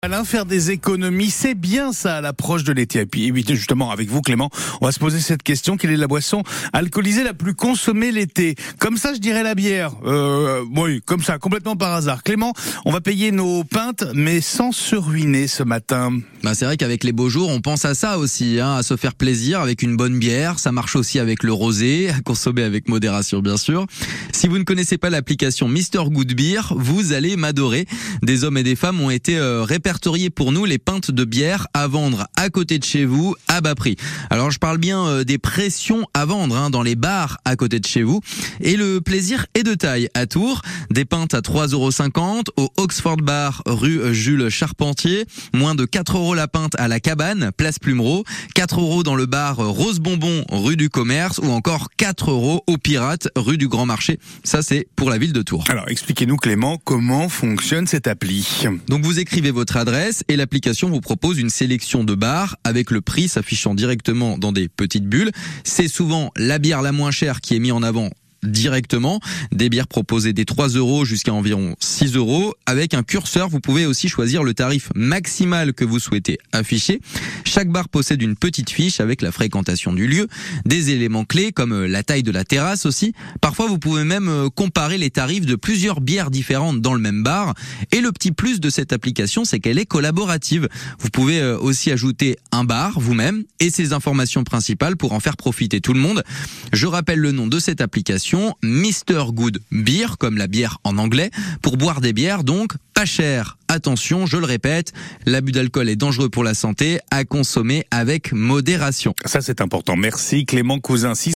Alain, faire des économies, c'est bien ça à l'approche de l'été. Et puis justement, avec vous Clément, on va se poser cette question. Quelle est la boisson alcoolisée la plus consommée l'été? Comme ça, je dirais la bière. Oui, comme ça, complètement par hasard. Clément, on va payer nos pintes, mais sans se ruiner ce matin. C'est vrai qu'avec les beaux jours, on pense à ça aussi, à se faire plaisir avec une bonne bière. Ça marche aussi avec le rosé, à consommer avec modération bien sûr. Si vous ne connaissez pas l'application Mr Good Beer, vous allez m'adorer. Des hommes et des femmes ont été répertoriés pour nous les pintes de bière à vendre à côté de chez vous à bas prix. Alors je parle bien des pressions à vendre dans les bars à côté de chez vous. Et le plaisir est de taille à Tours. Des pintes à 3,50 € au Oxford Bar rue Jules Charpentier. Moins de 4 € la pinte à la Cabane, place Plumereau. 4 € dans le bar Rose Bonbon rue du Commerce. Ou encore 4 € au Pirate rue du Grand Marché. Ça c'est pour la ville de Tours. Alors expliquez-nous Clément, comment fonctionne cette appli? Donc vous écrivez votre adresse et l'application vous propose une sélection de bars avec le prix s'affichant directement dans des petites bulles. C'est souvent la bière la moins chère qui est mise en avant directement. Des bières proposées des 3 € jusqu'à environ 6 €. Avec un curseur, vous pouvez aussi choisir le tarif maximal que vous souhaitez afficher. Chaque bar possède une petite fiche avec la fréquentation du lieu, des éléments clés comme la taille de la terrasse aussi. Parfois, vous pouvez même comparer les tarifs de plusieurs bières différentes dans le même bar. Et le petit plus de cette application, c'est qu'elle est collaborative. Vous pouvez aussi ajouter un bar vous-même et ses informations principales pour en faire profiter tout le monde. Je rappelle le nom de cette application, Mr Good Beer, comme la bière en anglais, pour boire des bières donc pas chères. Attention, je le répète, l'abus d'alcool est dangereux pour la santé, à consommer avec modération. Ça c'est important. Merci Clément Cousin.